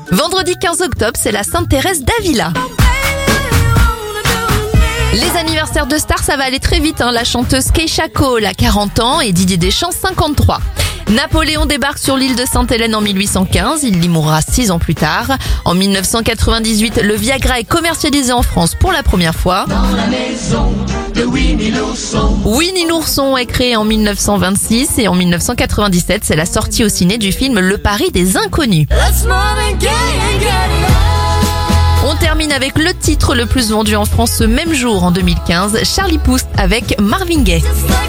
Vendredi 15 octobre, c'est la Sainte Thérèse d'Avila. Les anniversaires de stars, ça va aller très vite. La chanteuse Keisha Cole a 40 ans et Didier Deschamps 53. Napoléon débarque sur l'île de Sainte-Hélène en 1815, il y mourra 6 ans plus tard. En 1998, le Viagra est commercialisé en France pour la première fois. Dans la maison de Winnie l'ourson. Winnie l'ourson est créé en 1926 et en 1997, c'est la sortie au ciné du film Le Paris des Inconnus. On termine avec le titre le plus vendu en France ce même jour en 2015, Charlie Puth avec Marvin Gaye.